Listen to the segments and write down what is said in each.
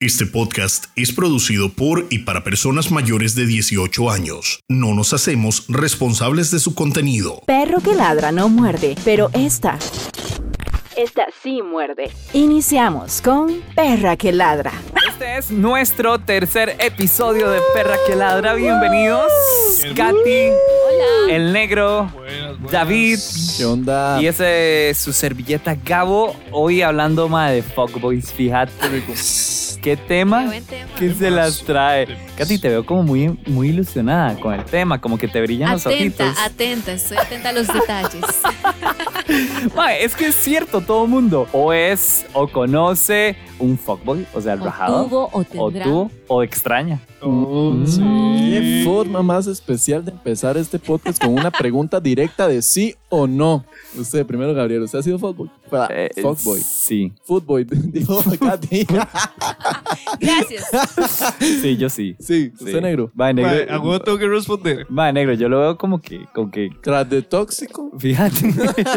Este podcast es producido por y para personas mayores de 18 años. No nos hacemos responsables de su contenido. Perro que ladra no muerde, pero esta sí muerde. Iniciamos con Perra que ladra. Este es nuestro tercer episodio de Perra que ladra. Bienvenidos, Katy, Hola. el negro, Buenas. David. ¿Qué onda? Y ese es su servilleta Gabo. Hoy hablando más de fuckboys, fíjate. ¿Qué tema? Buen tema. ¿Qué se las trae? Katy, te veo como muy ilusionada con el tema, como que te brillan los ojitos. Atenta, estoy atenta a los detalles. Mae, es que es cierto, todo mundo o conoce un fuckboy, o sea, el rajado, tuvo, o o tendrá. tuvo, o extraña. Qué forma más especial de empezar este podcast con una pregunta directa de sí o no. Usted, primero, Gabriel, ¿usted ha sido fuckboy? Fuckboy. Sí, Footboy, dijo Katy. Gracias. sí, yo sí. Sí, usted Sí. negro. Va, ¿A negro. huevo tengo que responder? Va, negro, yo lo veo como que Tras de tóxico. fíjate.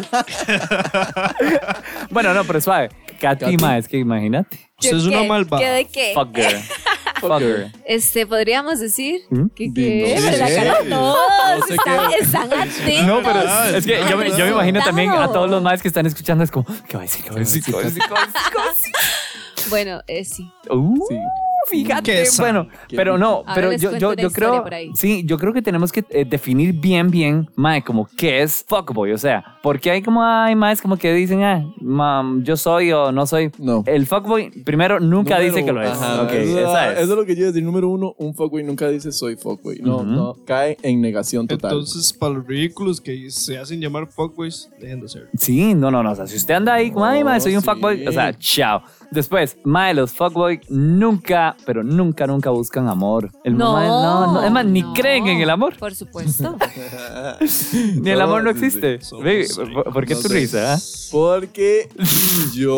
Bueno, no, pero suave. Katy, Katy. ma, es que imagínate. Usted es una malvada. ¿Qué de qué? Fuck girl. Fuck girl. Podríamos decir ¿Mm? que No sé. la cara No sé están atentos. No, pero es que yo me imagino también a todos los más que están escuchando, es como, ¿qué va a decir? ¿Qué va a decir? ¿Qué va a decir? ¿Qué va a decir? ¿Qué va a decir? Bueno, sí. Sí. Fíjate, Qué bueno, Qué pero no, Ahora pero les yo cuento una creo, historia por ahí. sí, yo creo que tenemos que definir bien, mae, como qué es fuckboy, o sea, porque hay como, hay más como que dicen, yo soy o no soy. No. El fuckboy, primero, nunca dice que lo es. Ajá, Ok, eso, esa es. eso es lo que yo iba a decir. Número uno, un fuckboy nunca dice soy fuckboy. No, Ujú. no, cae en negación total. Entonces, para los ridículos que se hacen llamar fuckboys, dejen de hacerlo. Sí, no, o sea, si usted anda ahí como, ay, mae, soy un sí. fuckboy, o sea, chao. Después, mae, los fuckboy nunca, pero nunca buscan amor. No, es más, ni creen en el amor. Por supuesto. Ni el amor no Sí, sí. existe. Somos- Ve, sí. ¿por qué No tu sé. risa? Porque yo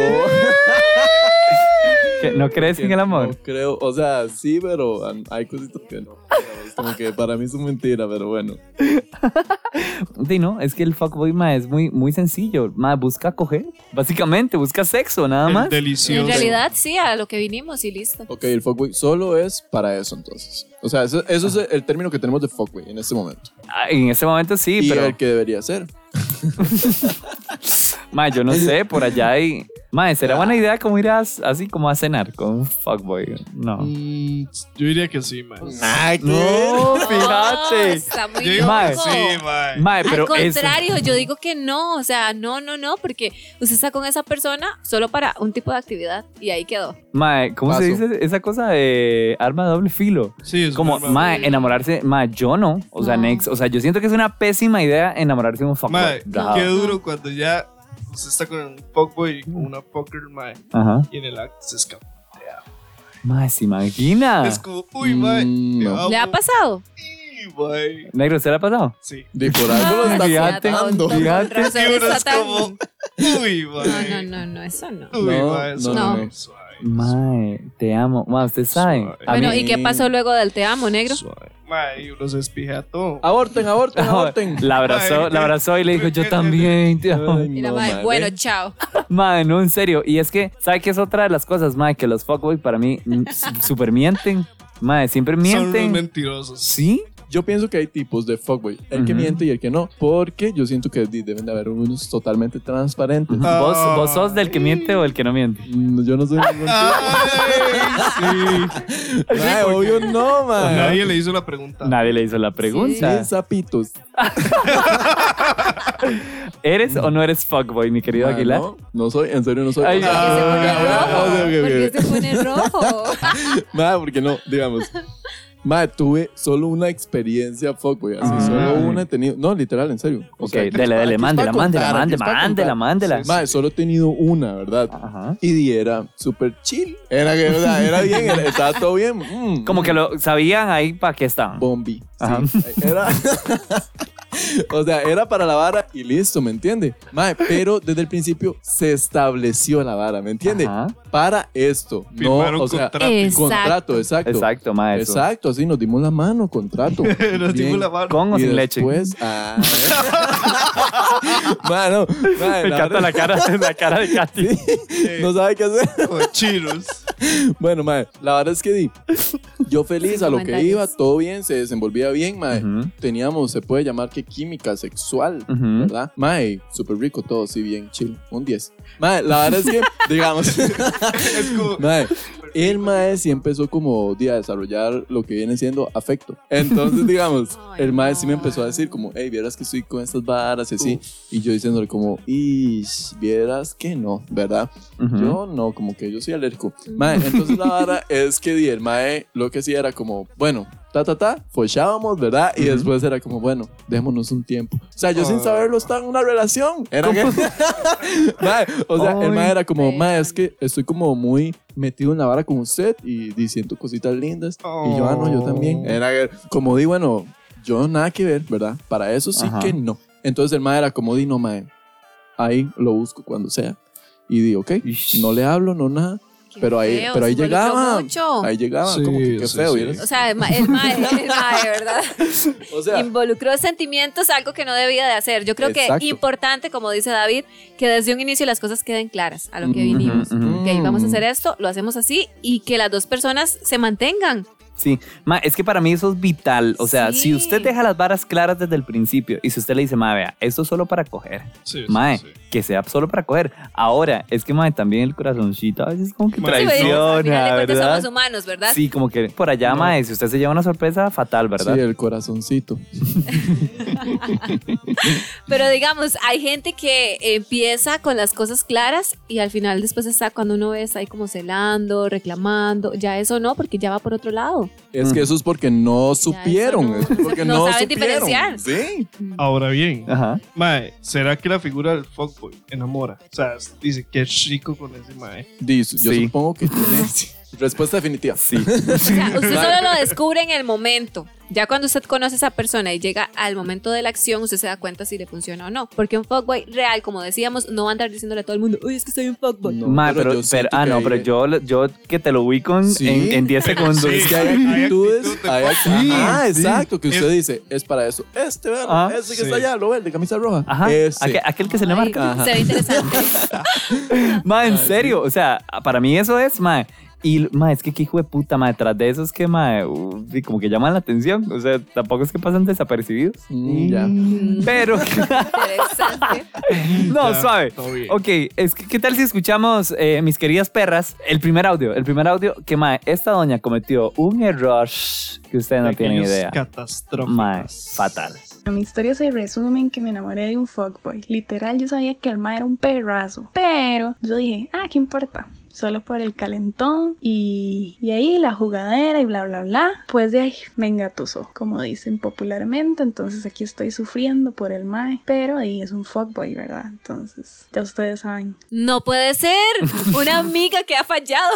¿Que ¿No crees en el no amor? creo, o sea, sí, pero hay cositas que no. Es como que para mí es una mentira, pero bueno. Sí, no, es que el fuckboy, ma, es muy sencillo. Ma, busca coger. Básicamente, busca sexo, nada más. El delicioso. En realidad, sí, a lo que vinimos y listo. Ok, el fuckboy solo es para eso entonces. O sea, eso es el término que tenemos de fuckboy en este momento. Ah, en ese momento sí, Y pero... el que debería ser. Ma, yo no sé, por allá hay... Ma, ¿será buena idea como ir así como a cenar con un fuckboy? No. Yo diría que sí, man. Ay, No, No, fíjate. está muy Yo digo Mae. que loco. sí, man. Ma, pero Al eso... contrario, yo digo que no, o sea, no, porque usted está con esa persona solo para un tipo de actividad y ahí quedó. Ma, ¿cómo se Paso. dice esa cosa de arma de doble filo? Sí, es Como, verdad. ma, enamorarse, ma, yo no. O sea, No. next, o sea, yo siento que es una pésima idea enamorarse de un fuckboy. Mae, Rajado. qué duro cuando ya usted está con un fuckboy y con una fucker, mae, Ajá. y en el acto se escapa. Ma, ¿se imagina? Es como, uy, mae, te no. amo. ¿Le ha pasado? Sí, mae. Negro, ¿se le ha pasado? Sí. De por algo lo está Fíjate, tratando. Con fíjate. razón Y uno está es tan- como, uy, mae. No, eso no. Uy, No, mae, no, suave, no. suave. Mae, te amo. Ma, usted sabe. Suave. A Bueno, mí- ¿y qué pasó luego del te amo, negro? Suave. Mae, y uno se espija todo. Aborten. La abrazó y le dijo, yo también te amo. Ay, Y la no, madre, madre. bueno, chao. Mae, no, en serio. Y es que, ¿sabe qué es otra de las cosas, mae? Que los fuckboys para mí super mienten. Mae, siempre Son unos mienten. mentirosos. ¿Sí? Yo pienso que hay tipos de fuckboy, el que Ujú. miente y el que no, porque yo siento que deben de haber unos totalmente transparentes. Ujú. ¿Vos sos del que miente o el que no miente? Yo no soy ningún Ay, sí. tipo. Mae, obvio no, man. Nadie le hizo la pregunta. Nadie le hizo la pregunta. Sí, sapitos. ¿Eres o no eres fuckboy, mi querido Mae, Aguilar? no soy, en serio no soy. Ay, ¿Por qué se pone rojo? ok, ok, ¿Por qué ok. se pone rojo? Mae, porque no, digamos. Mae, tuve solo una experiencia fuckboy, así, Ah. solo una he tenido. No, literal, en serio. O Ok, sea, aquí dele, es pa- dele, aquí es mándela, pa' contar, aquí es pa' contar. mándela. Mae, solo he tenido una, ¿verdad? Ajá. Y era súper chill. Era que, o sea, era bien, estaba todo bien. Como que lo sabían ahí para qué estaban. Bombi. Ajá. Sí, era. O sea, era para la vara y listo, ¿me entiende? Mae, pero desde el principio se estableció la vara, ¿me entiende? Ajá. Para esto. No, Firmaron o sea, contrato. Exacto. contrato, exacto. Exacto, maestro. Exacto, así nos dimos la mano, contrato. Nos dimos Bien. la mano. Con o Y sin leche. después, mano, Me encanta la cara de Katy. no sabe qué hacer. Cochinos. Bueno, mae, la verdad es que yo feliz Sin a lo que comentarios. iba, todo bien, se desenvolvía bien, mae. Ujú. Teníamos, se puede llamar que química sexual, Ujú. ¿verdad? Mae, súper rico todo, sí, bien, chill, un 10. Mae, la verdad es que, digamos, Es como. mae, el mae sí empezó como a desarrollar lo que viene siendo afecto. Entonces, digamos, Ay, el mae sí me no. empezó a decir como, hey, vieras que estoy con estas varas y así. Y yo diciéndole como, vieras que no, ¿verdad? Ujú. Yo no, como que yo soy alérgico. Mae, entonces la vara es que el mae lo que hacía era como, bueno, follábamos, ¿verdad? Y después era como, bueno, démonos un tiempo. O sea, yo sin saberlo estaba en una relación. Era que... Mae, o sea, el mae era como, mae, es que estoy como muy metido en la vara con usted y diciendo cositas lindas. Y yo, no, yo también. Era que, como di, bueno, yo nada que ver, ¿verdad? Para eso sí Ajá. que no. Entonces el mae era como, di, no, mae, ahí lo busco cuando sea. Y di, ok, Ish. no le hablo, no nada. Qué Pero ahí, feo, pero ahí se involucró llegaba. mucho. Ahí llegaba, Sí, como que qué sí, feo, sí. ¿vieras? O sea, el mae, ¿verdad? O sea, Involucró sentimientos, algo que no debía de hacer. Yo creo Exacto. que importante, como dice David, que desde un inicio las cosas queden claras a lo que vinimos. Ujú, ujú. Ok, vamos a hacer esto, lo hacemos así y que las dos personas se mantengan. Sí, ma, es que para mí eso es vital. O sea, Sí. si usted deja las varas claras desde el principio y si usted le dice, ma, vea, esto es solo para coger, Sí, sí, mae, sí. que sea solo para coger. Ahora, es que, mae, también el corazoncito a veces como que Mae, Sí, traiciona, al final de cuentas ¿verdad? somos humanos, ¿verdad? Sí, como que por allá, No. mae, si usted se lleva una sorpresa, fatal, ¿verdad? sí, el corazoncito. Pero digamos, hay gente que empieza con las cosas claras y al final después está cuando uno ve está ahí como celando, reclamando. Ya eso no, porque ya va por otro lado. Es que eso es porque no supieron. no. Es porque No no, saben supieron. diferenciar. Sí. Ahora bien, Ajá. mae, ¿será que la figura del fuckboy enamora? O sea, dice que chico con ese mae. Yo Sí. supongo que tiene respuesta definitiva. Sí. O sea, usted solo lo descubre en el momento. Ya cuando usted conoce a esa persona y llega al momento de la acción, usted se da cuenta si le funciona o no. Porque un fuckboy real, como decíamos, no va a andar diciéndole a todo el mundo, uy, es que soy un fuckboy. No, Ma, pero pero, yo siento que no, ahí- pero yo que te lo ubico Sí. en 10 segundos. Sí. Es que hay Hay actitudes. actitud de Hay fuckboy. exacto. Que usted dice, es para eso. Véalo, Ah, ese que sí. está allá, lo ve, el de camisa roja. Ajá. Ese. Aquel que se le Ay, marca. se ve interesante. Ma, en serio, o sea, para mí eso es, ma. Y, ma, es que qué hijo de puta, ma, detrás de eso es que, ma, sí, como que llaman la atención. O sea, tampoco es que pasan desapercibidos. Ya. Pero, Interesante. no, Ya, suave. todo bien. Ok, es que, ¿qué tal si escuchamos, mis queridas perras, el primer audio que, ma, esta doña cometió un error que ustedes no tienen Pequeños idea. catastróficos. Ma, fatal. Mi historia se resume en que me enamoré de un fuckboy. Literal, yo sabía que el mae era un perrazo. Pero yo dije, ¿qué importa? Solo por el calentón y ahí la jugadera y bla bla bla. Pues de ahí me engatusó, como dicen popularmente. Entonces aquí estoy sufriendo por el mae. Pero ahí es un fuckboy, ¿verdad? Entonces ya ustedes saben. No puede ser. Una amiga que ha fallado.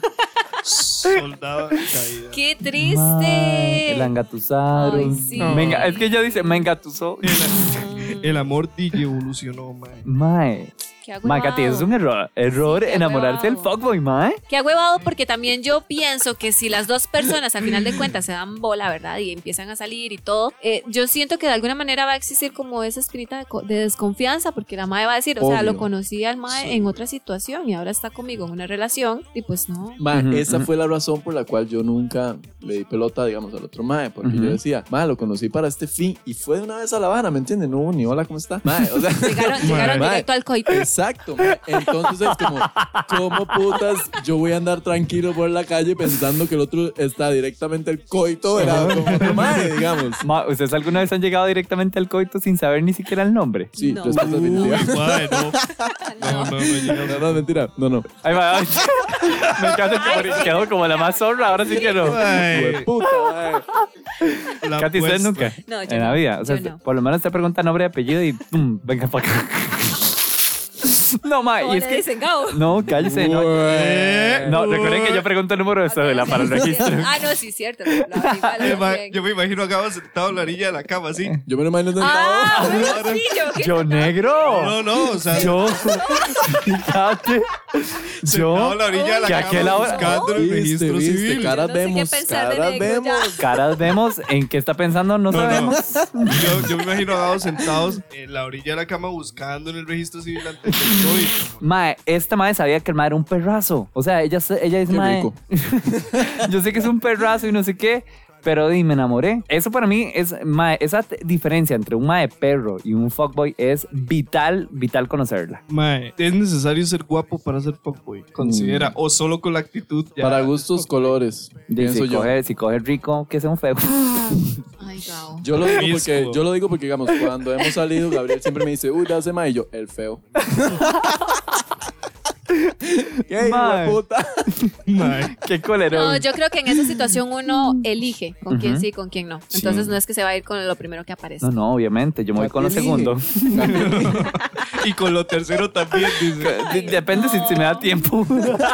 Soldado caída. Qué Ma, triste. la engatusaron. Ay, sí. Venga, es que ella dice, me engatusó. El amor DJ evolucionó, mae. Mae. Qué Mae, Katy, eso es un error. Error Sí, qué enamorarse del huevado. fuckboy, mae. Qué huevado, porque también yo pienso que si las dos personas al final de cuentas se dan bola, ¿verdad? Y empiezan a salir y todo, yo siento que de alguna manera va a existir como esa espinita de desconfianza, porque la mae va a decir, o sea, Obvio. lo conocí al mae en otra situación y ahora está conmigo en una relación y pues no. Ma, Ujú, esa ujú. fue la razón por la cual yo nunca le di pelota, digamos, al otro mae, porque Ujú. yo decía, ma, lo conocí para este fin y fue de una vez a La Habana, ¿me entiendes? No hubo ni hola, ¿cómo está? Ma, o sea, Llegaron Mae. directo al coito. exacto, ma. Entonces es como, ¿cómo putas yo voy a andar tranquilo por la calle pensando que el otro está directamente al coito, ¿verdad? Con otro mae, digamos. Ma, ¿ustedes alguna vez han llegado directamente al coito sin saber ni siquiera el nombre? Sí, No. respuesta definitiva. Mae, no llega. No, no, mentira. No, no. Ahí va, ay. Me encanta que quedó como la más zorra, ahora sí que no. Mae, Puta, mae. la Katy, ¿ustedes apuesta. nunca? No, yo En la no, vida. O sea, yo no. por lo menos te pregunta nombre y apellido y pum, venga para acá. No, ma, ¿Cómo y es le que. dicen, Gabo? No, cállese. No, Güey. no, recuerden que yo pregunto el número de cédula para el registro. Ah, no, sí, cierto. Lo averiguaron también. Yo me imagino a Gabo sentado en la orilla de la cama así. Yo me lo imagino sentado. Ah, bueno, sí, yo. Yo negro. No, o sea, Yo. Fíjate. sentado Yo. en la orilla de la que cama aquel ahora- buscando el registro civil. caras Yo no sé qué vemos, pensar de caras negro vemos. ya. Caras vemos. ¿En qué está pensando? No, No, sabemos. Yo me imagino a Gabo sentados en la orilla de la cama buscando en el registro civil antes de Mae, esta mae sabía que el mae era un perrazo. O sea, ella dice, Qué mae, rico. yo sé que es un perrazo y no sé qué, pero me enamoré. Eso para mí es, mae, esa diferencia entre un mae perro y un fuckboy es vital conocerla. Mae, es necesario ser guapo para ser fuckboy. Considera, o solo con la actitud. Ya, Para gustos, colores. Pienso yo. Si coge rico, que sea un feo. Ay, Gao. Yo lo digo porque, digamos, cuando hemos salido, Gabriel siempre me dice, uy, ya hace mae, y yo, el feo. ¿Qué hijo de Mae. puta? Mae. Qué colerón. No, yo creo que en esa situación uno elige con quién sí y con quién no. Entonces Sí. no es que se va a ir con lo primero que aparece. No, obviamente, yo me voy con lo Elige. segundo. Y con lo tercero también, dice. Depende si me da tiempo.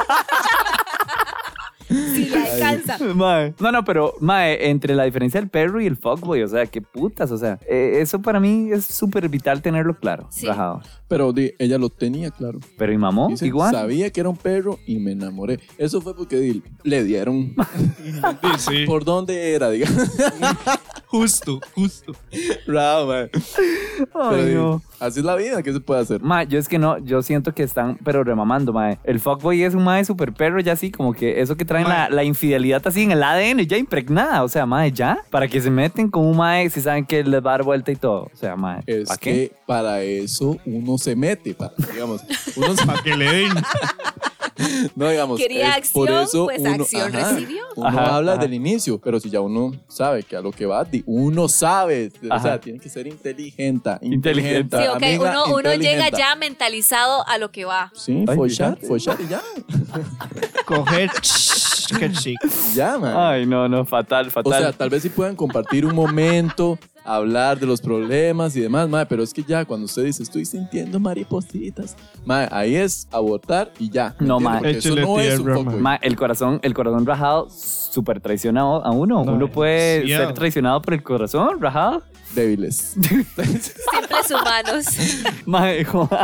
Si le alcanza. Mae. No, pero, mae, entre la diferencia del perro y el fuckboy, o sea, qué putas, o sea, eso para mí es súper vital tenerlo claro, Sí. rajado. Pero ella lo tenía claro. Pero ¿y mamó? Dice, Igual. sabía que era un perro y me enamoré. Eso fue porque le dieron Sí. por dónde era, digamos. Justo. Bravo, man. Ay, Pero, no. así es la vida, ¿qué se puede hacer? Mae, yo es que no, yo siento que están, pero remamando, mae. El fuckboy es un mae super perro, ya así, como que eso que traen la infidelidad así en el ADN, ya impregnada. O sea, mae, ya. Para que se meten con un mae si saben que les va a dar vuelta y todo. O sea, mae, Es ¿para que qué? para eso uno se mete, digamos, uno se- Para que le den. no digamos, Quería es por acción, eso pues uno, acción recibió. Uno Ajá, habla ajá. del inicio, pero si ya uno sabe que a lo que va, uno sabe, o Ajá. sea, tiene que ser inteligente. Inteligente. Sí, ok, amiga, uno llega inteligente. ya mentalizado a lo que va. Sí, Ay, follar fíjate. y ya. Coger. Qué chic. Ya, man. Ay, no, fatal. O sea, tal vez sí puedan compartir un momento, hablar de los problemas y demás, mae, pero es que ya cuando usted dice, estoy sintiendo maripositas, mae, ahí es abortar y ya. ¿me No, entiende? mae. Porque eso Échele no es un tierra, fuckboy. mae, el corazón rajado súper traicionado a uno. No, Uno puede demasiado. ser traicionado por el corazón rajado. Débiles. Simples humanos. Mae,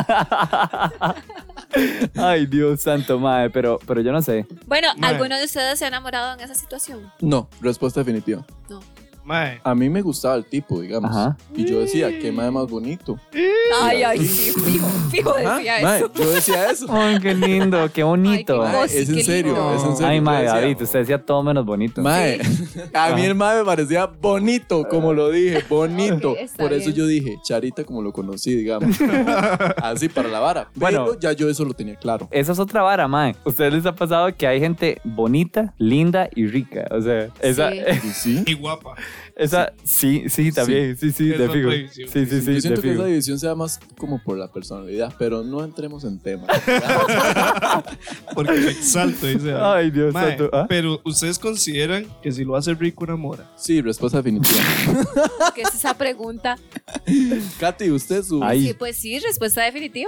ay, Dios santo, mae, pero yo no sé. Bueno, Mae. ¿alguno de ustedes se ha enamorado en esa situación? No, respuesta definitiva. No. Mae. A mí me gustaba el tipo, digamos. Ajá. Y yo decía, qué mae más bonito. Ay, sí, fijo Ajá, decía mae, eso. yo decía eso. Ay, qué lindo, qué bonito. Ay, qué Mae, Sí, es en qué serio, lindo. es en serio. Ay, Yo mae, decía, David, usted decía todo menos bonito. Mae, a mí el mae me parecía bonito, como lo dije, bonito. Ok, está Por eso bien. yo dije, Charita como lo conocí, digamos. Así para la vara. Bueno. Pero ya yo eso lo tenía claro. Esa es otra vara, mae. ¿Ustedes les ha pasado que hay gente bonita, linda y rica? O sea, esa, Sí. ¿Y sí? Y guapa. esa, sí, también, sí, Es de otra fijo. división. Sí, Yo de siento que fijo. esa división sea más como por la personalidad, pero no entremos en tema. Porque me exalto, dice. Ay, Dios Mae, santo. ¿Ah? pero ustedes consideran que si lo hace rico enamora. Sí, respuesta definitiva. ¿Qué es esa pregunta? Katy, usted su... Ay. Sí, pues sí, respuesta definitiva.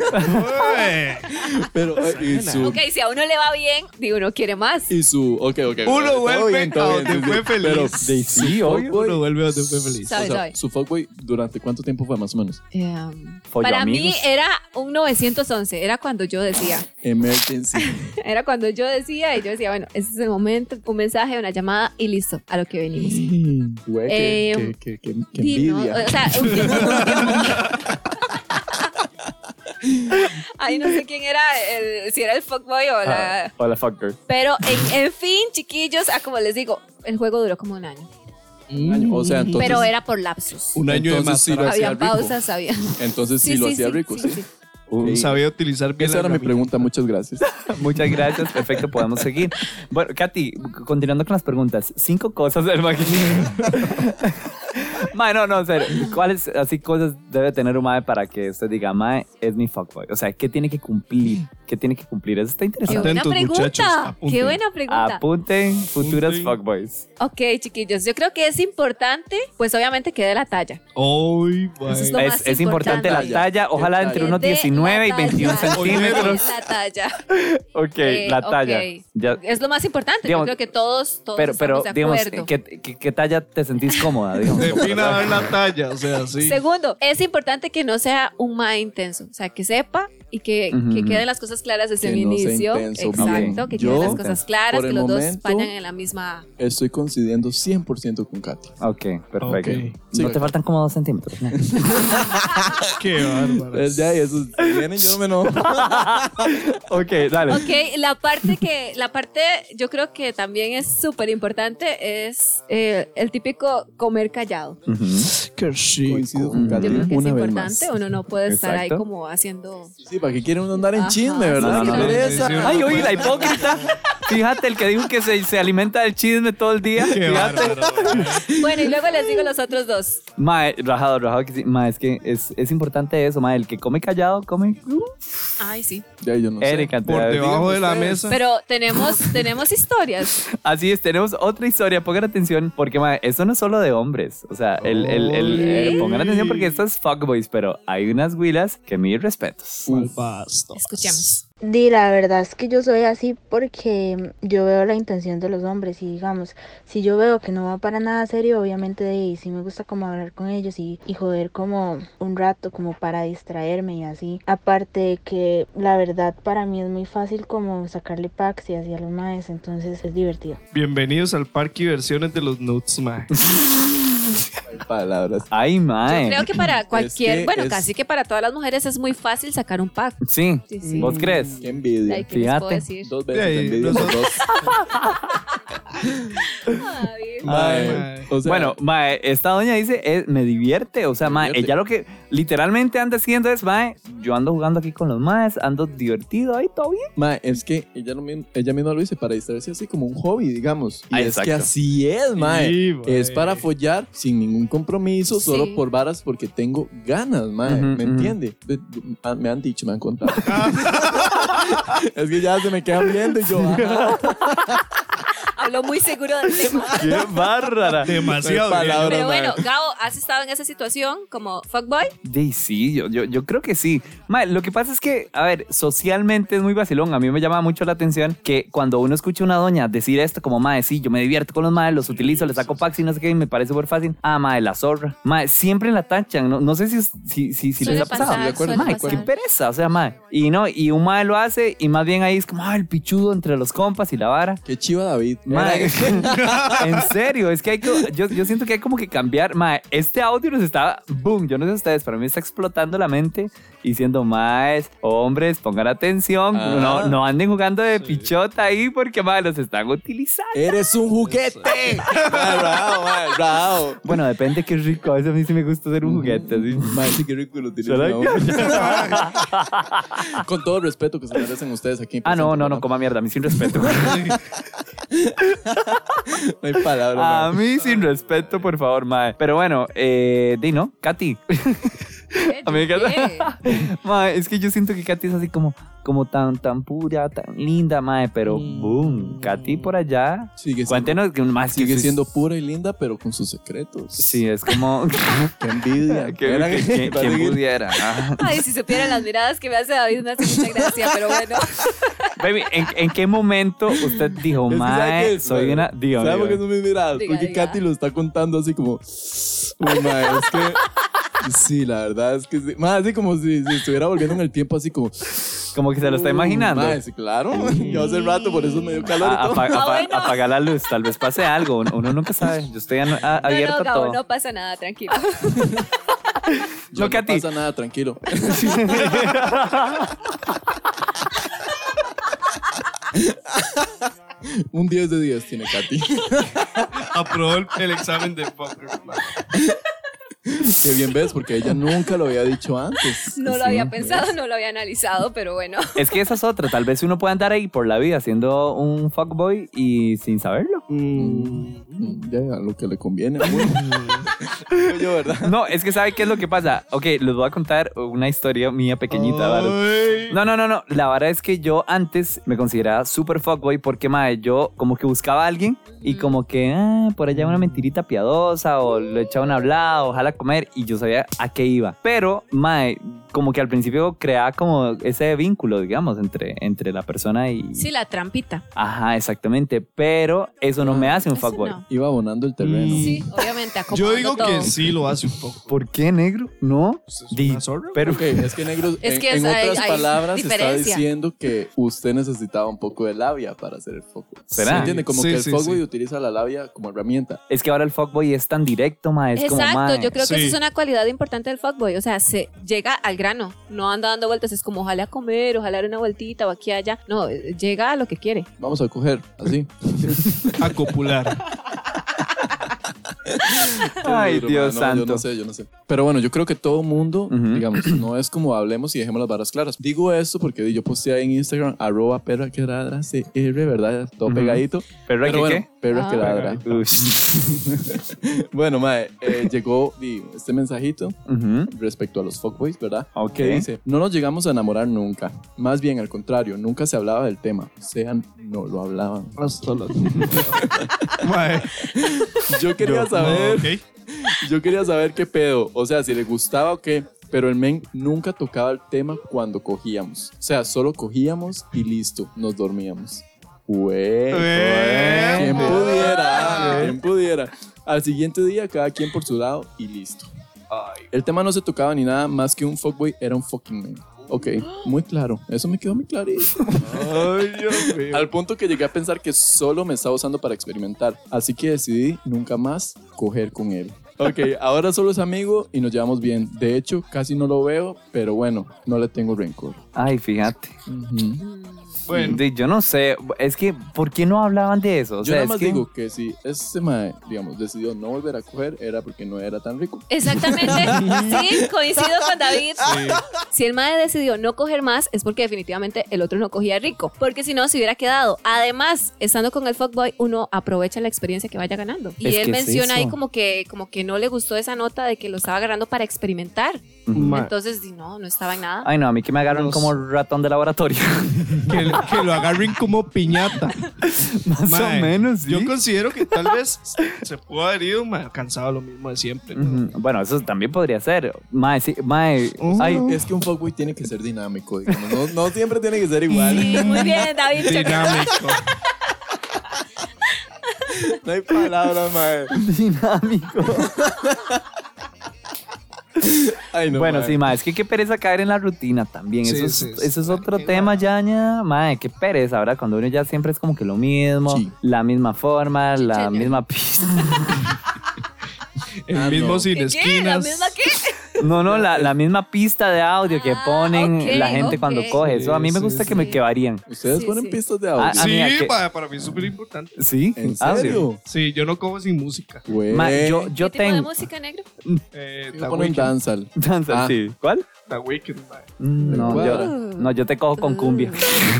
Pero, y su... Ok, si a uno le va bien, digo, uno quiere más. Y su... Ok. Uno Todo vuelve bien, todo a bien, donde sí, fue sí. Pero, feliz. De sí, su obvio. fuckboy- Uno vuelve a donde fue feliz. Sabe, o sea, sabe. su fuckboy, ¿durante cuánto tiempo fue más o menos? Para mí amigos. era un 911, era cuando yo decía. Emergency. Era cuando yo decía y yo decía, bueno, ese es el momento, un mensaje, una llamada y listo, a lo que venimos. Güey, qué Sí, ¿no? envidia. O sea, un tiempo. Ahí no sé quién era, si era el fuckboy o la... Hola, fucker. Pero en fin, chiquillos, como les digo, el juego duró como un año. Un año. O sea, entonces... Pero era por lapsos. Un año de entonces sí lo más. hacía Había rico. pausas, había... Entonces sí, lo hacía rico, sí. Sabía utilizar bien Esa era la mi herramienta. pregunta, muchas gracias. Muchas gracias, perfecto, podemos seguir. Bueno, Katy, continuando con las preguntas, 5 cosas del maquinista. Mae, no, en serio. ¿Cuáles así cosas debe tener un mae para que usted diga, mae, es mi fuckboy? O sea, ¿qué tiene que cumplir? ¿Qué tiene que cumplir? Eso está Qué interesante. buena Atentos, pregunta. muchachos, apunten. Qué buena pregunta. Apunten futuras Apunten. fuckboys. Ok, chiquillos, yo creo que es importante, pues obviamente que dé la talla. Ay, Eso es mae. lo más Es importante la importante. talla, ojalá ¿Qué entre talla? unos Que dé 19 y la 21 talla. centímetros. La talla. Ok, la talla. ok. Ya. Es lo más importante. Digamos, yo creo que todos Pero estamos de digamos, acuerdo. ¿qué talla te sentís cómoda? Digamos, Defina dar la talla, o sea, sí. Segundo, es importante que no sea un mae intenso. O sea, que sepa y que Ujú, queden ujú. las cosas cosas claras desde Que un no sea inicio. intenso. Exacto, que Yo, queden las cosas claras, por que el los dos momento, vayan en la misma. Estoy coincidiendo 100% con Katy. Ok, perfecto. Ok. Sí, No te faltan como 2 centímetros. ¿no? Qué bárbaro. Desde ahí, esos vienen, yo me enojo. Ok, dale. Ok, la parte yo creo que también es súper importante es el típico comer callado. Ujú. Qué chico. Coincido con Yo Katy creo que es una vez importante, más. uno no puede estar ahí Exacto. como haciendo. Sí, ¿para qué quiere uno andar en Ajá, chisme, verdad? sí, Qué sí, pereza. sí, sí. Ay, oye, la hipócrita. Fíjate, el que dijo que se alimenta del chisme todo el día. Qué Fíjate. bárbaro. Bueno, y luego les digo los otros dos. Mae, rajado que sí. Mae, es que es importante eso, mae. El que come callado, come. Ay, sí. Ya, yo no sé. Erika, Por debajo de la mesa. Pero tenemos historias. Así es, tenemos otra historia. Pongan atención, porque mae, esto no es solo de hombres. O sea, pongan atención porque esto es fuckboys, pero hay unas huilas que mis respetos. Malvasto. Escuchemos. La verdad es que yo soy así porque yo veo la intención de los hombres y digamos, si yo veo que no va para nada serio, obviamente sí me gusta como hablar con ellos y joder como un rato como para distraerme y así. Aparte de que la verdad para mí es muy fácil como sacarle packs y así a los maes, entonces es divertido. Bienvenidos al parque y versiones de los nuts, mae. Hay palabras. Ay, mae. Yo creo que para cualquier, que bueno, es- casi que para todas las mujeres es muy fácil sacar un pack. Sí. Sí, sí. ¿Vos crees? Qué envidia. Ay, ¿qué les puedo Fíjate. decir? 2 De veces ahí, envidia los dos. Ay, Mae, o sea, Bueno, mae, esta doña dice, me divierte. O sea, mae, divierte. ella lo que literalmente anda haciendo es, mae, yo ando jugando aquí con los maes, ando divertido, ahí todo bien. mae, es que ella misma lo dice para distraerse así como un hobby, digamos. Y Ah, es exacto. que así es, mae. Sí, mae. Es para follar sin ningún compromiso, Sí. solo por varas porque tengo ganas, mae. Ujú, ¿Me ujú. entiende? Me han dicho, me han contado. Es que ya se me quedan viendo y yo, ajá. Habló muy seguro del tema. ¡Qué bárbara! Demasiado. No hay bien. palabras. Pero bueno, Gabo, ¿has estado en esa situación como fuckboy? Sí, yo creo que sí. Mae, lo que pasa es que, a ver, socialmente es muy vacilón. A mí me llama mucho la atención que cuando uno escucha a una doña decir esto como, mae, sí, yo me divierto con los maes, los utilizo, les saco packs y no sé qué, y me parece súper fácil. Ah, mae, la zorra. Mae, siempre la tachan. No sé si les Suele ha pasado. pasar, de acuerdo. suele Mae, qué pasar. pereza, o sea, mae. Y un mae lo hace y más bien ahí es como, el pichudo entre los compas y la vara. Qué chiva David. Mae, en serio, es que yo siento que hay como que cambiar. Mae, este audio nos está, boom, yo no sé ustedes, para mí está explotando la mente diciendo, maes, hombres, pongan atención, Ah. no anden jugando de pichota ahí porque, mae, los están utilizando. Eres un juguete. Bravo, mae, bravo. Bueno, depende qué rico, a veces a mí sí me gusta hacer un juguete, así. Mae, sí, qué rico lo utilizan. ¿Será ahora. Con todo el respeto que se merecen ustedes aquí. Ah, no, presente, coma mierda, a mí sin respeto. No hay palabras. A mae. mí sin respeto, por favor, mae. Pero bueno, di, ¿no? Katy. A mí me encanta. Mae, es que yo siento que Katy es así como tan pura, tan linda, mae. Pero, boom, Katy por allá. Sigue siendo- Cuéntenos que más Sigue que siendo pura y linda, pero con sus secretos. Sí, es como. Qué envidia. ¿Quién pudiera? Ah. Ay, si supieran las miradas que me hace David, me hace mucha gracia, pero bueno. Baby, ¿en qué momento usted dijo, Es que, ¿sabe mae, qué es, soy mae? una. Dígame, ¿Sabes por qué dígame. son mis miradas? Diga, Porque diga. Katy lo está contando así como. Uy, mae, es que. Sí, la verdad es que sí. Mae, así como si estuviera volviendo en el tiempo, así como. Como que se lo está imaginando. Mae, sí, claro. Yo hace rato, por eso me dio calor y todo. Bueno. Apaga la luz, tal vez pase algo. Uno nunca sabe. Yo estoy abierto No, a Gabo, todo. no pasa nada, tranquilo. Yo No, Katy. pasa nada, tranquilo. Un 10 de 10 tiene Katy. Aprobó el examen de poker. mae. Qué bien ves, porque ella nunca lo había dicho antes. No lo había pensado, no lo había analizado, pero bueno. Es que esa es otra. Tal vez uno pueda andar ahí por la vida siendo un fuckboy y sin saberlo. Ya, lo que le conviene a uno. Yo, ¿verdad? No, es que ¿sabe qué es lo que pasa? Ok, les voy a contar una historia mía pequeñita, ¿vale? Ay. No. La verdad es que yo antes me consideraba súper fuckboy porque, mae, yo como que buscaba a alguien y como que por allá una mentirita piadosa o le echaba una hablada, ojalá comer mujer y yo sabía a qué iba. Pero, mae, como que al principio creaba como ese vínculo, digamos, entre la persona y... Sí, la trampita. Ajá, exactamente. Pero eso no me hace un Eso fuckboy. no. Iba abonando el terreno. Sí, obviamente, Yo acomodando digo todo. que sí lo hace un poco. ¿Por qué, negro? ¿No? ¿Es Di- una zorra? pero Ok, es que negro, Es que en hay- otras hay palabras está diferencia. diciendo que usted necesitaba un poco de labia para hacer el fuckboy. ¿Será? ¿Se entiende? Como Sí, que el sí, fuckboy sí. utiliza la labia como herramienta. es que ahora el fuckboy es tan directo, mae. Es como, Exacto, mae, yo creo que Sí. esa es una cualidad importante del fuckboy. O sea, se llega al grano, no anda dando vueltas, es como ojalá a comer, ojalá dar una vueltita o aquí allá. No, llega a lo que quiere. Vamos a coger, así. A copular. Ay, Qué duro, Dios man. No, santo. yo no sé. Pero bueno, yo creo que todo mundo, Ujú. digamos, no es como hablemos y dejemos las varas claras. Digo esto porque yo posteé ahí en Instagram, @perraqueladra_cr, ¿verdad? Todo Ujú. pegadito. ¿Perra Pero que bueno, qué? perra Ah. que ladra. Ush. Bueno, mae, llegó este mensajito Ujú. respecto a los fuckboys, ¿verdad? Ok. Que dice, no nos llegamos a enamorar nunca. Más bien, al contrario, nunca se hablaba del tema. O sea, no lo hablaban. Hasta la... Mae. Yo quería saber, Ok. yo quería saber qué pedo. O sea, si le gustaba o qué. Pero el men nunca tocaba el tema cuando cogíamos. O sea, solo cogíamos y listo, nos dormíamos. Güey. ¿Quién pudiera? ¿Quién pudiera? Al siguiente día, cada quien por su lado y listo. El tema no se tocaba ni nada más que un fuckboy era un fucking man. Ok, muy claro. Eso me quedó muy clarísimo. Ay, Dios mío. Al punto que llegué a pensar que solo me estaba usando para experimentar. Así que decidí nunca más coger con él. Ok, ahora solo es amigo y nos llevamos bien. De hecho, casi no lo veo, pero bueno, no le tengo rencor. Ay, fíjate. Ujú. Bueno. Yo no sé. Es que, ¿por qué no hablaban de eso? O Yo sea, nada es más que... digo que si ese mae, digamos, decidió no volver a coger, era porque no era tan rico. Exactamente. Sí, coincido con David. Si el mae decidió no coger más, es porque definitivamente el otro no cogía rico. Porque si no, se hubiera quedado. Además, estando con el fuckboy, uno aprovecha la experiencia que vaya ganando. Y Es él que es menciona ahí eso. como que no le gustó esa nota de que lo estaba agarrando para experimentar. Mae. Entonces, no estaba en nada. Ay, no, a mí que me agarran Los- como ratón de laboratorio. Que lo agarren como piñata. Más Mae, o menos, sí. Yo considero que tal vez se pudo haber ido mae, cansado lo mismo de siempre. Ujú. Bueno, eso también podría ser. Mae, sí, mae. Ay, Es que un fuckboy tiene que ser dinámico, digamos. No siempre tiene que ser igual. Sí, muy bien, David. Dinámico. No hay palabras, mae. dinámico. Ay, no, Bueno, mae. sí, mae, es que qué pereza caer en la rutina también. Sí, eso es, sí, sí. eso es otro tema, yaña. Mae, qué pereza, ¿verdad? Cuando uno ya siempre es como que lo mismo, Sí. la misma forma, la Chicheño. misma pista. El Ah, mismo no. sin ¿Qué? ¿La esquinas. misma qué? No, la misma pista de audio que Ah, ponen ok, la gente ok. cuando coge. Eso a mí me Sí, gusta sí, que me sí. que varían. Ustedes Sí, ponen sí. pistas de audio. Ah, Sí, mira, que- para mí es súper importante. ¿Sí? ¿En Audio. serio? Sí, yo no como sin música. Güey. Mae, yo ¿Qué tipo de tengo. música, negro? The Yo ponen Weeknd. danzal. Danza, Ah. sí. ¿Cuál? The Weeknd, mae. No, cuadra. yo te cojo con cumbia.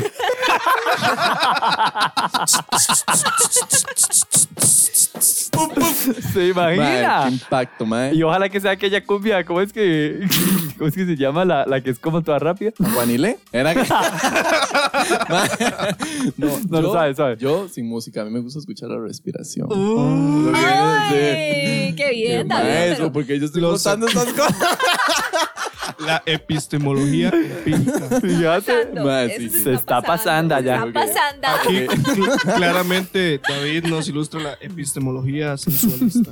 ¿Se Mae, imagina? qué impacto, mae. Y ojalá que sea aquella cumbia, ¿cómo es que se llama? La que es como toda rápida. ¿Juanile? Era que... Mae, no, No lo sabes, ¿sabes? Yo sin música, a mí me gusta escuchar la respiración. Uh. Lo que viene de- Ay, qué bien, David. Maestro, pero- porque yo estoy Lo contando estas cosas. La epistemología empírica. Fíjate. Mae, Eso sí. Se está pasando allá. Está pasando. Aquí claramente David nos ilustra la epistemología sensualista.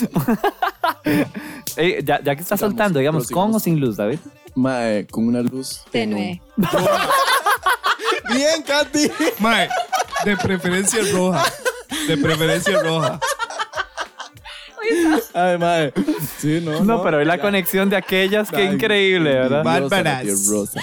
Ya que está Sigamos, soltando, digamos, ¿con prosigamos. o sin luz, David? Mae, con una luz Tenue. Bien, Katy. Mae, de preferencia roja. De preferencia roja. Ay, mae. Sí, no. No, pero es la conexión de aquellas, qué Ay, increíble, ¿verdad? Bárbaras. Rosa.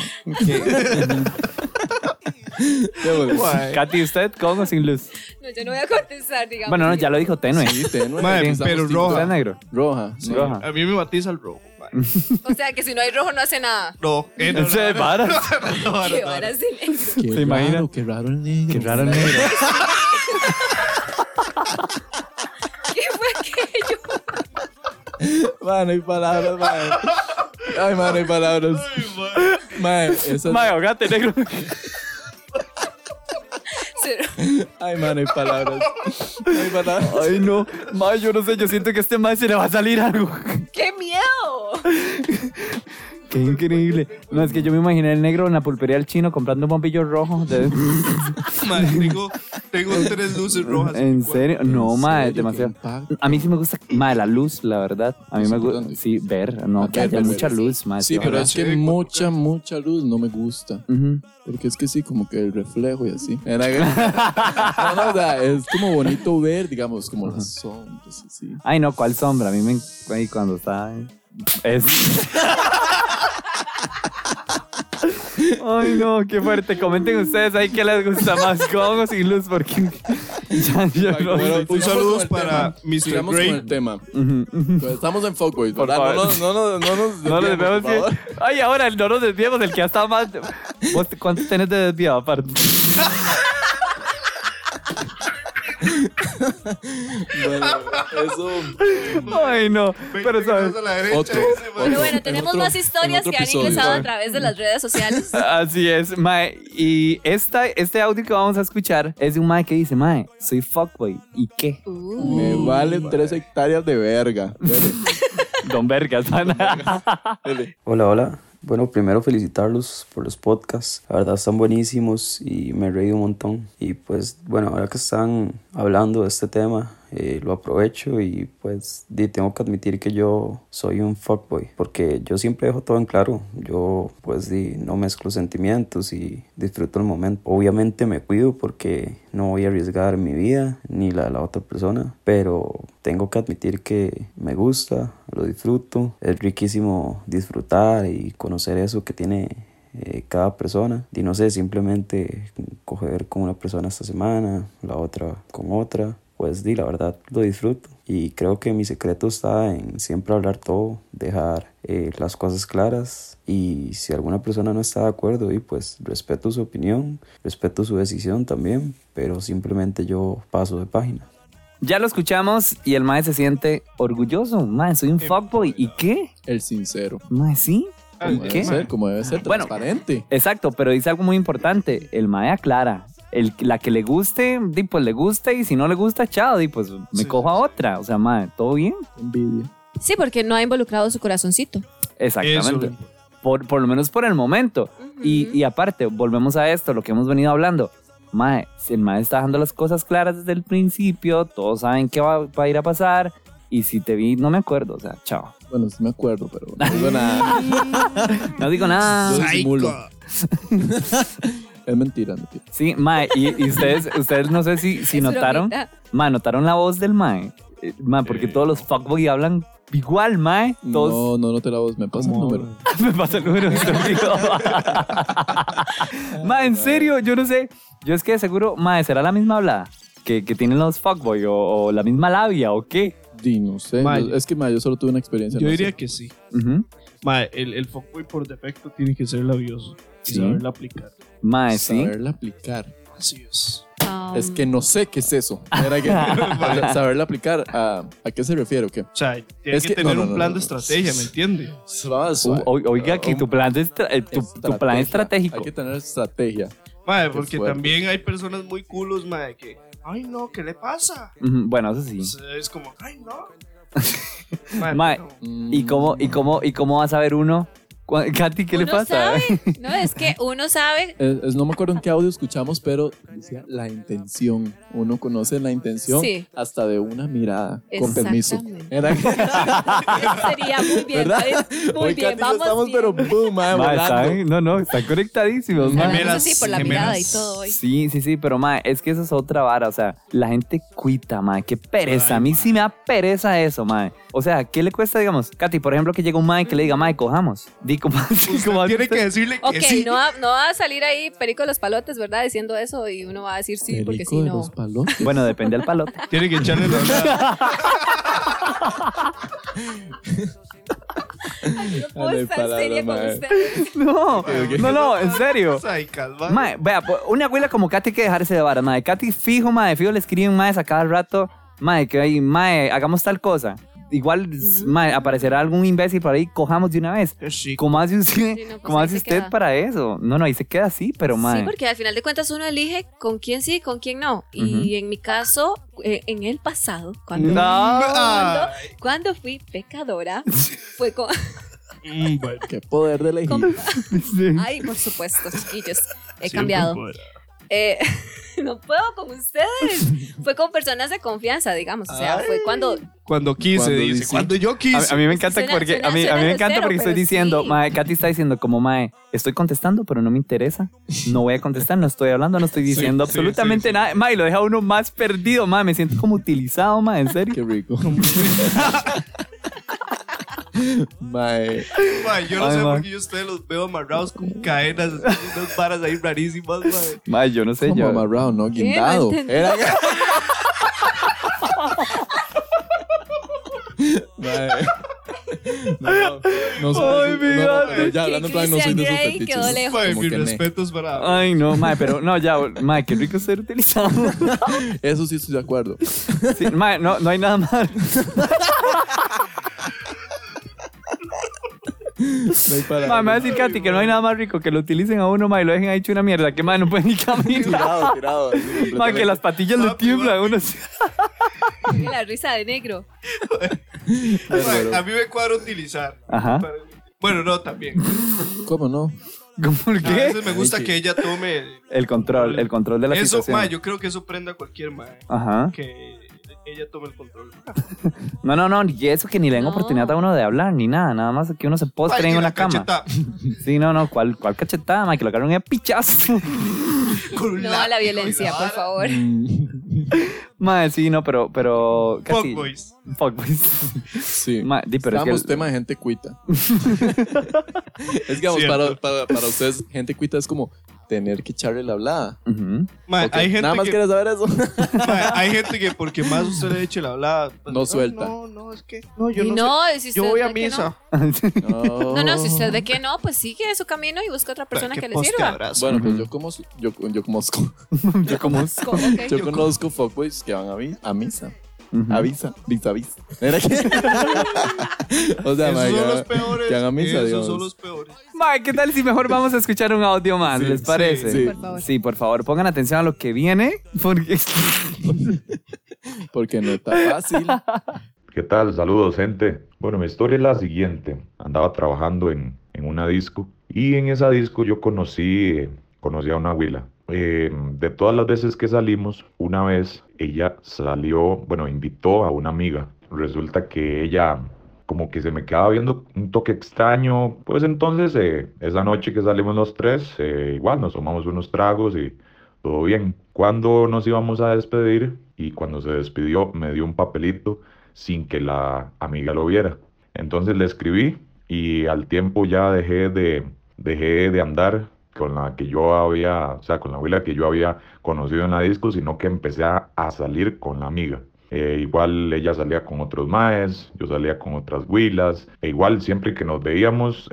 Démosle. Mae, Katy, ¿usted con o sin luz? No, yo no voy a contestar, digamos. Bueno, no, ya lo dijo tenue. Sí, tenue. Mae, Empezamos pero sin- roja. ¿Usted negro? Roja. Sí. Roja. a mí me batiza el rojo. mae. O sea, que si no hay rojo no hace nada. No, no, Se varas. Qué vara sin negro. Qué ¿Se imagina? raro, qué raro el negro. Qué raro el negro. ¿Qué fue aquello? Man, no hay palabras, mae. Ay, man, no hay palabras. Mae, esa... Mae, ahogate, negro. Ay, man, no hay palabras. No hay palabras. Ay, no. Mae, yo no sé, yo siento que a este mae se le va a salir algo. ¡Qué miedo! Qué increíble. No, es que yo me imaginé el negro en la pulpería del chino comprando un bombillo rojo. Mae, tengo 3 luces rojas. ¿En serio? No, mae, demasiado. impacto. A mí sí me gusta, mae, la luz, la verdad. A mí Es me gusta, importante. sí, ver, no, que Ver, haya ver, mucha ver. luz, mae. Sí, pero ojalá. es que mucha luz no me gusta. Ujú. Porque es que sí, como que el reflejo y así. No, o sea, es como bonito ver, digamos, como las sombras así. Ay, no, ¿cuál sombra? A mí me... Ay, cuando está... Es... Ay, no, qué fuerte. Comenten ustedes ahí qué les gusta más, con o sin luz, porque... ya no Bueno, sé. Un saludo sigamos con el para tema. Mr. Sigamos Gray. con el tema. Ujú, ujú. Pues estamos en Fuckboys, Por ¿verdad? favor. No nos No nos desviamos. por favor. Ay, ahora no nos desviamos, el que ha estado más... ¿Vos cuánto tenés de desviado aparte? Bueno, eso... Ay, no. Pero, ¿sabes? A la derecha, Otro. ese, mae. Pero bueno, En tenemos otro- más historias en otro que han episodio. ingresado a través de las redes sociales. Así es, mae. Y este audio que vamos a escuchar es de un mae que dice, mae, soy fuckboy. ¿Y qué? Me valen 3 hectáreas de verga. Dele, Don Vergas, man. dele. Hola, hola. Bueno, primero felicitarlos por los podcasts. La verdad están buenísimos y me he reído un montón. Y pues, bueno, ahora que están hablando de este tema, lo aprovecho y pues tengo que admitir que yo soy un fuckboy. Porque yo siempre dejo todo en claro. Yo pues no mezclo sentimientos y disfruto el momento. Obviamente me cuido porque no voy a arriesgar mi vida ni la de la otra persona. Pero tengo que admitir que me gusta, lo disfruto. Es riquísimo disfrutar y conocer eso que tiene cada persona. Y no sé, simplemente coger con una persona esta semana, la otra con otra. Pues la verdad lo disfruto. Y creo que mi secreto está en siempre hablar todo, dejar las cosas claras. Y si alguna persona no está de acuerdo, pues respeto su opinión, respeto su decisión también. Pero simplemente yo paso de página. Ya lo escuchamos y el mae se siente orgulloso. Mae, soy un fuckboy. ¿Y qué? El sincero. Mae, ¿sí? Como ¿Qué? debe ser, como debe ser, Bueno. transparente. Exacto, pero dice algo muy importante. El mae aclara. La que le guste, pues le gusta, y si no le gusta, chao, pues me Sí, cojo a otra. O sea, mae, ¿todo bien? Envidia. Sí, porque no ha involucrado su corazoncito. Exactamente. Eso. Por lo menos por el momento. Y aparte, volvemos a esto, lo que hemos venido hablando. Mae, si el mae está dejando las cosas claras desde el principio, todos saben qué va a ir a pasar. Y si te vi, no me acuerdo, o sea, chao. Bueno, sí me acuerdo, pero no digo nada. No digo nada. Yo disimulo. Es mentira, mentira. Sí, mae, y ustedes no sé si Es notaron. bromita. Mae, ¿notaron la voz del mae? Mae, porque todos los fuckboy hablan igual, mae. Todos. No te la voz, me pasa el número. Me pasa el número de mae, en serio, yo no sé. Yo es que seguro, mae, ¿será la misma hablada que tienen los fuckboy o la misma labia o qué? Di, no sé. Mae. Es que yo solo tuve una experiencia. Yo no diría sé. que sí. Ujú. Mae, el fuckboy por defecto tiene que ser labioso y Sí. saberla aplicar. Mae, sí. Saberla aplicar. Así es. Es que no sé qué es eso. Era que, saberla aplicar. ¿A qué se refiere o qué? O sea, tiene Es que que- tener no, un no, plan no, de no. estrategia, ¿me entiende? Suave, suave. Oiga, que tu plan, tu plan estratégico. Hay que tener estrategia. Mae, Qué porque fuerte. también hay personas muy culos, mae, que, ay no, ¿qué le pasa? Ujú, bueno, eso sí. O sea, es como, ay no. Mae, Mae, no. ¿Y cómo va a saber uno? Katy, ¿qué le Uno pasa? sabe, no, es que uno sabe. No me acuerdo en qué audio escuchamos, pero decía la intención. Uno conoce la intención Sí. hasta de una mirada. Con permiso. Exactamente. Era que, Sería muy bien, ¿verdad? David. Muy Hoy, bien, Katy, ya vamos estamos, bien. pero boom, mae, Mae, volando. no, están conectadísimos, Al mae. menos Gemelas, sí, por la gemelas. mirada y todo hoy. Sí, pero mae, es que eso es otra vara, o sea, la gente cuita, mae, qué pereza, a mí sí me da pereza eso, mae. O sea, ¿qué le cuesta, digamos, Katy, por ejemplo, que llega un mae que le diga, mae, cojamos? Di como Usted tiene que decirle que Ok, sí. no va a salir ahí Perico de los Palotes, ¿verdad? Diciendo eso y uno va a decir sí, porque Perico sí, de no. los palotes. Bueno, depende del palote. Tiene que echarle la verdad. No puedo Dale, estar palabra, seria con mae. ustedes. No, en serio. Ay, calma. Mae, vea, una abuela como Katy hay que dejarse de vara, mae. Katy fijo le escriben mae a cada rato, mae, que ahí, mae, hagamos tal cosa. Igual, mae, aparecerá algún imbécil por ahí, cojamos de una vez. Qué chico. ¿Cómo hace usted, Sí, no, pues cómo ahí hace se usted queda. para eso? No, ahí se queda así, pero mae. Sí, porque al final de cuentas uno elige con quién sí, con quién no. Y en mi caso, en el pasado, cuando No. fui pecadora, fue con... Bueno. Qué poder de elegir. Ay, por supuesto, chiquillos. He cambiado. No puedo con ustedes. Fue con personas de confianza, digamos. O sea, fue cuando quise, dice. Cuando yo quise. A mí me encanta porque a mí me encanta porque estoy diciendo, sí. mae, Katy está diciendo como mae, estoy contestando, pero no me interesa. No voy a contestar, no estoy hablando, no estoy diciendo absolutamente nada. Mae, lo deja uno más perdido, mae, me siento como utilizado, mae, en serio. Qué rico. Mae. Yo no sé por qué yo ustedes los veo amarrados con cadenas, unas varas ahí rarísimas, mae. Mae, yo no sé, Como yo. amarrado, ¿no? Guindado. No entendí. Era... Mae. No soy. Ay, mi No, madre. pero ya hablando en plan, no soy de esos Christian Grey fetiches. quedó lejos. Mae, Como mis que me- respetos para. Ay, no, mae, pero no, ya, mae, qué rico ser utilizado. Eso sí estoy de acuerdo. Sí, mae, no hay nada mal. No hay para- Mae, me va a decir Katy que no hay nada más rico que lo utilicen a uno, mae, y lo dejen ahí hecho una mierda, que mae, no puede ni caminar. Tirado. así, Mae, que las patillas le tiemblan a uno así. La risa de negro. Mae, a mí me cuadra utilizar. Ajá. Bueno, no, también. ¿Cómo no? ¿Por A qué? veces me gusta que ella tome El control de la eso, situación. mae, yo creo que eso prende a cualquier mae. Ajá. Que ella tome el control. No, ni eso que ni le den No. oportunidad a uno de hablar, ni nada más que uno se postre Ay, en y una la cama. cacheta. Sí, no, ¿cuál cachetada, mae? Que lo agarraron a pichazo. Con un No a látigo la y violencia, por vara. favor. Mae, sí, no, pero casi. Fuckboys. Fuckboys. Sí. Mae, di, pero es que Estamos tema de gente cuita. Es que, vamos, Cierto. para ustedes, gente cuita es como tener que echarle la hablada. Ujú. Mae, Ok, hay gente Nada más que, quieres saber eso. mae, hay gente que porque más usted le eche la hablada, pues, No suelta. No, es que no, yo Y no, no, sé. si usted Yo voy a ve que misa. No, si usted ve que no, pues sigue su camino y busca otra persona Qué que le sirva. posteadrazo. Bueno, pues Ujú. yo conozco. Yo como. Ok. Yo conozco fuckboys que van a misa. Ujú. Avisa. ¿Era qué? O sea, Esos mae, son que- los peores. que hagan misa, Esos digamos. son los peores. Mae, ¿qué tal si mejor vamos a escuchar un audio más? Sí, ¿Les parece? sí. Por favor. Sí, por favor, pongan atención a lo que viene, porque Porque no está fácil. ¿Qué tal? Saludos, gente. Bueno, mi historia es la siguiente. Andaba trabajando en una disco y en esa disco yo conocí a una huila. De todas las veces que salimos, una vez ella salió, bueno, invitó a una amiga. Resulta que ella como que se me quedaba viendo un toque extraño. Pues entonces, esa noche que salimos los tres, igual nos tomamos unos tragos y todo bien. Cuando nos íbamos a despedir y cuando se despidió me dio un papelito sin que la amiga lo viera. Entonces le escribí y al tiempo ya dejé de andar con la que yo había, o sea, con la abuela que yo había conocido en la disco, sino que empecé a salir con la amiga. Igual ella salía con otros maes, yo salía con otras huilas, e igual siempre que nos veíamos,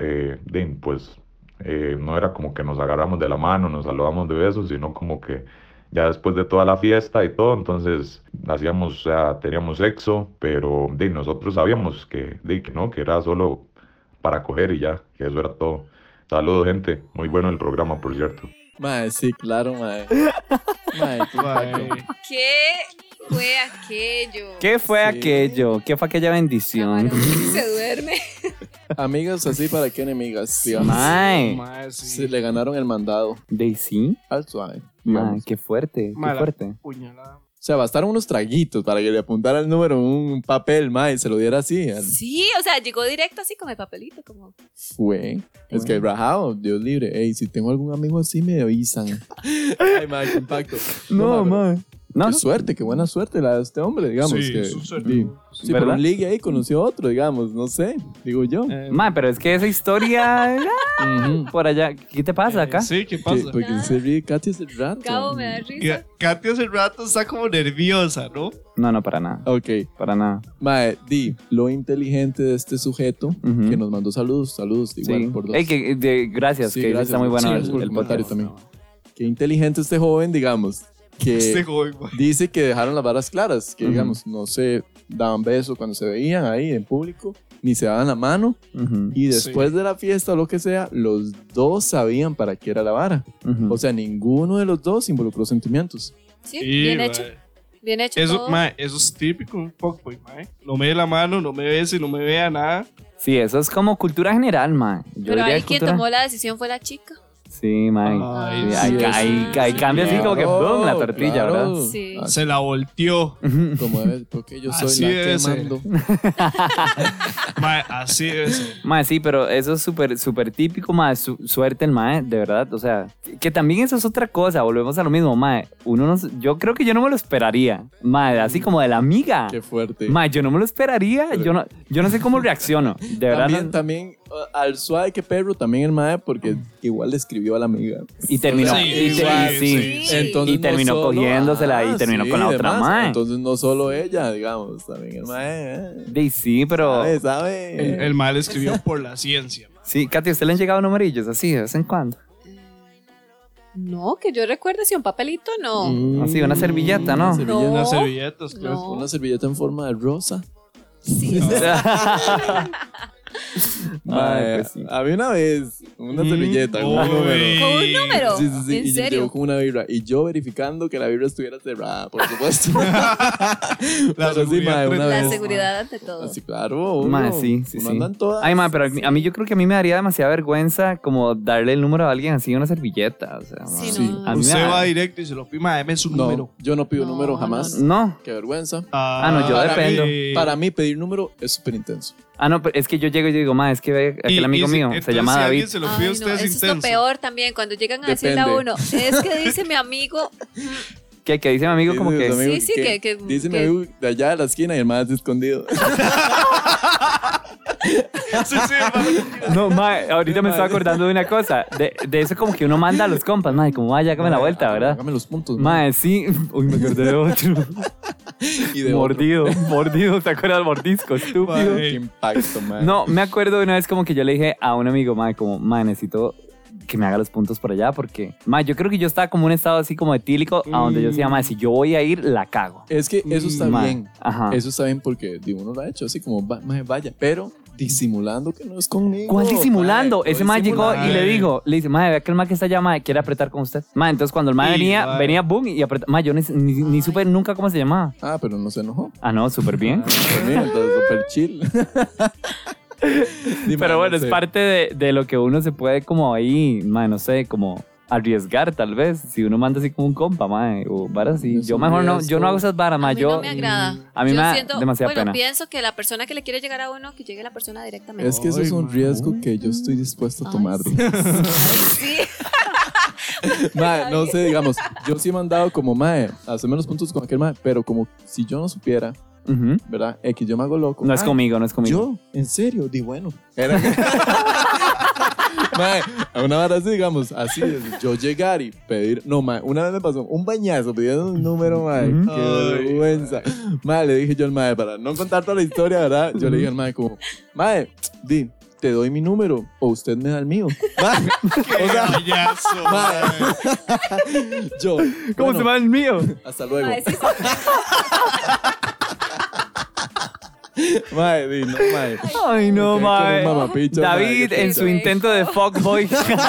no era como que nos agarramos de la mano, nos saludamos de besos, sino como que ya después de toda la fiesta y todo, entonces hacíamos, o sea, teníamos sexo, pero nosotros sabíamos que no, que era solo para coger y ya, que eso era todo. Saludos, gente. Muy bueno el programa, por cierto. Mae, sí, claro, mae. Mae, qué Mae. paco. ¿Qué fue aquello? ¿qué fue Sí. aquello? ¿Qué fue aquella bendición? Camarón que se duerme. Amigas así, ¿para qué enemigas? Digamos. Mae, Mae, sí. Sí, le ganaron el mandado Daisy, al suave. mae, digamos. qué fuerte, Mae, qué la fuerte. puñalada. O sea, bastaron unos traguitos para que le apuntara el número en un papel, mae, y se lo diera así. Sí, o sea, llegó directo así con el papelito, como. Fue. Es que rajado, Dios libre. Ey, si tengo algún amigo así, me avisan. Ay, mae, qué impacto. mae. No, Qué suerte, qué buena suerte la de este hombre, digamos. Sí, que, su suerte. Sí, sí, por ¿Verdad? un ligue ahí conoció a otro, digamos, no sé, digo yo. mae, pero es que esa historia Ujú. por allá, ¿qué te pasa acá? Sí, ¿qué Que- pasa? porque se ríe Katy hace rato. Cabo, me da risa. Katy hace rato está como nerviosa, ¿no? No, para nada, Ok, para nada. mae, di, lo inteligente de este sujeto Ujú. que nos mandó saludos, igual Sí. por dos. Ey, gracias, Sí, que gracias. está muy bueno Sí, el, gracias por el comentario podcast. también. Qué inteligente este joven, digamos, que Este joven, mae. dice que dejaron las varas claras, que Ujú. digamos, no se daban besos cuando se veían ahí en público, ni se daban la mano, Ujú, y después de la fiesta o lo que sea, los dos sabían para qué era la vara. ujú. O sea, ninguno de los dos involucró sentimientos. Sí, Sí, bien mae. hecho. Bien hecho Eso, todo. mae, eso es típico un fuckboy, mae. No me dé la mano, no me bese, no me vea nada. Sí, eso es como cultura general, mae. Yo Pero diría ahí quien cultura... tomó la decisión fue la chica. Sí, mae. Ay, Sí, sí, ahí cambia así como que boom, la tortilla, claro. ¿verdad? Sí. Se la volteó. Como debe, porque yo soy Así la debe que ser. mando. Mae, así es. Mae, sí, pero eso es súper típico, mae, suerte el mae, de verdad, o sea, que también eso es otra cosa, volvemos a lo mismo, mae, yo creo que yo no me lo esperaría, mae, así como de la amiga, Qué fuerte. mae, yo no me lo esperaría, yo no sé cómo reacciono, de verdad. También al suave que perro, también el mae, porque igual le escribió a la amiga. Y terminó, Sí, igual, sí. Entonces Y terminó no solo- cogiéndosela y terminó sí, con la otra demás. mae. Entonces no solo ella, digamos, también el mae. Sí, pero... ¿Sabe? El mal escribió por la ciencia. Sí, Katy, ¿a usted le han llegado numerillos así de vez en cuando? No, que yo recuerde si un papelito, no. Así, una servilleta, ¿no? No. Las servilletas, claro. No. Una servilleta en forma de rosa. Sí. Mae, pues sí. había una vez una servilleta con un número. ¿Con un número? Sí, sí, sí. ¿En Y serio? llegó con una birra. Y yo verificando que la birra estuviera cerrada, por supuesto. Pero sí, seguridad mae, una La vez. seguridad ante todo. Así, claro. Mae, uno- sí. uno anda en todas. Ay, mae, pero a mí yo creo que a mí me daría demasiada vergüenza como darle el número a alguien así, una servilleta, o sea, Sí, mae. no. A mí me Usted da- va directo y se lo pide, deme su número. No, yo no pido No, número jamás. No. Qué vergüenza. no, yo Para dependo. mí- Para mí, pedir número es súper intenso. Ah, no, pero es que yo llego y yo digo, mae, es que ve aquel Y- amigo y si- mío, entonces, se llama si David. alguien se lo pide a Ay, usted, no, es eso es lo intenso. peor también, cuando llegan a decirle a Depende. uno, es que dice mi amigo, Que dice mi amigo como Dice que... su amigo Sí, que- dice mi que- amigo de allá de la esquina y el más escondido. Sí, sí, mae. No, mae, ahorita me estaba acordando de una cosa, de eso como que uno manda a los compas, mae, como vaya, hágame la vuelta, ¿verdad? Hágame los puntos. Mae, sí. Uy, me acordé de otro. Y de Mordido, ¿te acuerdas del mordisco? Estúpido. Mae. Qué impacto, man. No, me acuerdo de una vez como que yo le dije a un amigo, mae, como, mae, necesito que me haga los puntos por allá porque, mae, yo creo que yo estaba como en un estado así como etílico a donde yo decía, mae, si yo voy a ir, la cago. Es que eso está Mae, bien. ajá. Eso está bien porque digo, uno lo ha hecho así como, mae, vaya, pero disimulando que no es conmigo. ¿Cuál disimulando? Mae, Ese mae llegó y le disimulando. le dice, mae, ve que el mae que está allá, mae, quiere apretar con usted. Mae, entonces cuando el mae Sí, mae. venía boom y apretaba. Mae, yo ni supe nunca cómo se llamaba. Ah, pero no se enojó. Ah, no, súper bien. Pues mira, entonces súper chill. Dime, Pero bueno, no es sé. parte de lo que uno se puede como ahí, mae, no sé, como arriesgar tal vez. Si uno manda así como un compa, mae, o varas así. Es Yo un mejor no, riesgo. yo no hago esas varas, a mae. mí Yo, no me agrada. a mí Yo me da siento, demasiada bueno, pena. pienso que la persona que le quiere llegar a uno, que llegue la persona directamente. Es que eso es un riesgo que yo estoy dispuesto a tomar. Sí. Mae, no sé, digamos, yo sí he mandado como, mae, hacerme los puntos con aquel mae, pero como si yo no supiera, Ujú. ¿verdad? Que yo me hago loco. No es Ay, conmigo, no es conmigo. Yo, en serio, di bueno. Era mae, a una vara así, digamos, así, yo llegar y pedir, no, mae, una vez me pasó un bañazo pidiendo un número, mae, Ujú. qué vergüenza. Mae, le dije yo al mae, para no contar toda la historia, ¿verdad? Yo le dije al mae como, mae, di, te doy mi número o usted me da el mío. Mae, o sea, Payaso, mae. yo, ¿Cómo bueno, se llama el mío? hasta luego. Ay, sí, sí. Mae, di, no, mae. Ay, no, Ok, mae. qué mamapicho, mae, David, qué en su pena. intento de fuckboy,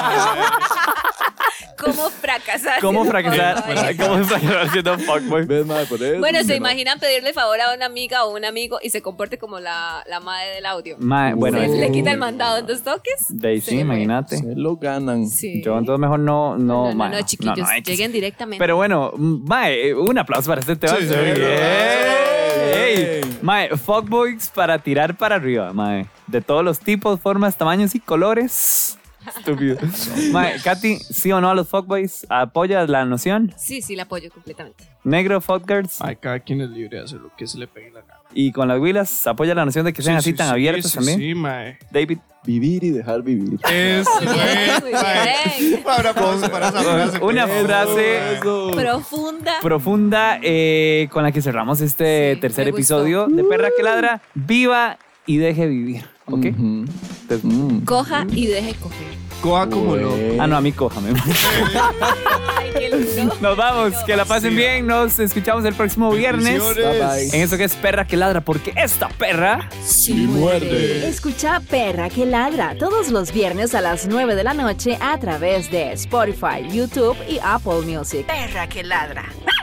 ¿Cómo fracasar? ¿cómo fracasar? Ay. ¿Cómo fracasar siendo fuckboy? ¿Ves, mae? Por eso. Bueno, ¿se no. imaginan pedirle favor a una amiga o un amigo y se comporte como la madre del audio? Mae, bueno, Se es- le quita el mandado en dos toques. de ahí sí, Se le fue. imagínate. Se lo ganan. Sí. Yo entonces mejor no, mae, chiquillos, no, X. lleguen directamente. Pero bueno, mae, un aplauso para este tema. Sí, Sí, sí, bien. ey. Ey, mae, fuckboys para tirar para arriba, mae. De todos los tipos, formas, tamaños y colores. Estúpido. Mae, Katy, ¿sí o no a los fuckboys? ¿Apoyas la noción? Sí, sí, la apoyo completamente. Negro, fuckgirls. Ay, cada quien es libre de hacer lo que se le pegue la gana. Y con las huilas, ¿apoya la noción de que sean Sí, así sí, tan sí, abiertos sí, también? Sí, mae. David. Vivir y dejar vivir. Es Muy bien. Ahora aplauso para esa frase. Una frase Eso. Profunda. profunda con la que cerramos este Sí, tercer me gustó. episodio de Perra que Ladra. Viva y deje vivir, ¿ok? Ujú. Entonces, Coja y deje coger. Coa como loco. ah, no, a mí cójame. Ay, qué lindo. Nos vamos, que la pasen bien. Nos escuchamos el próximo viernes. Bendiciones. Bye, bye. En eso que es Perra que Ladra, porque esta perra... Sí muerde. Escucha Perra que Ladra todos los viernes a las 9 de la noche a través de Spotify, YouTube y Apple Music. Perra que Ladra.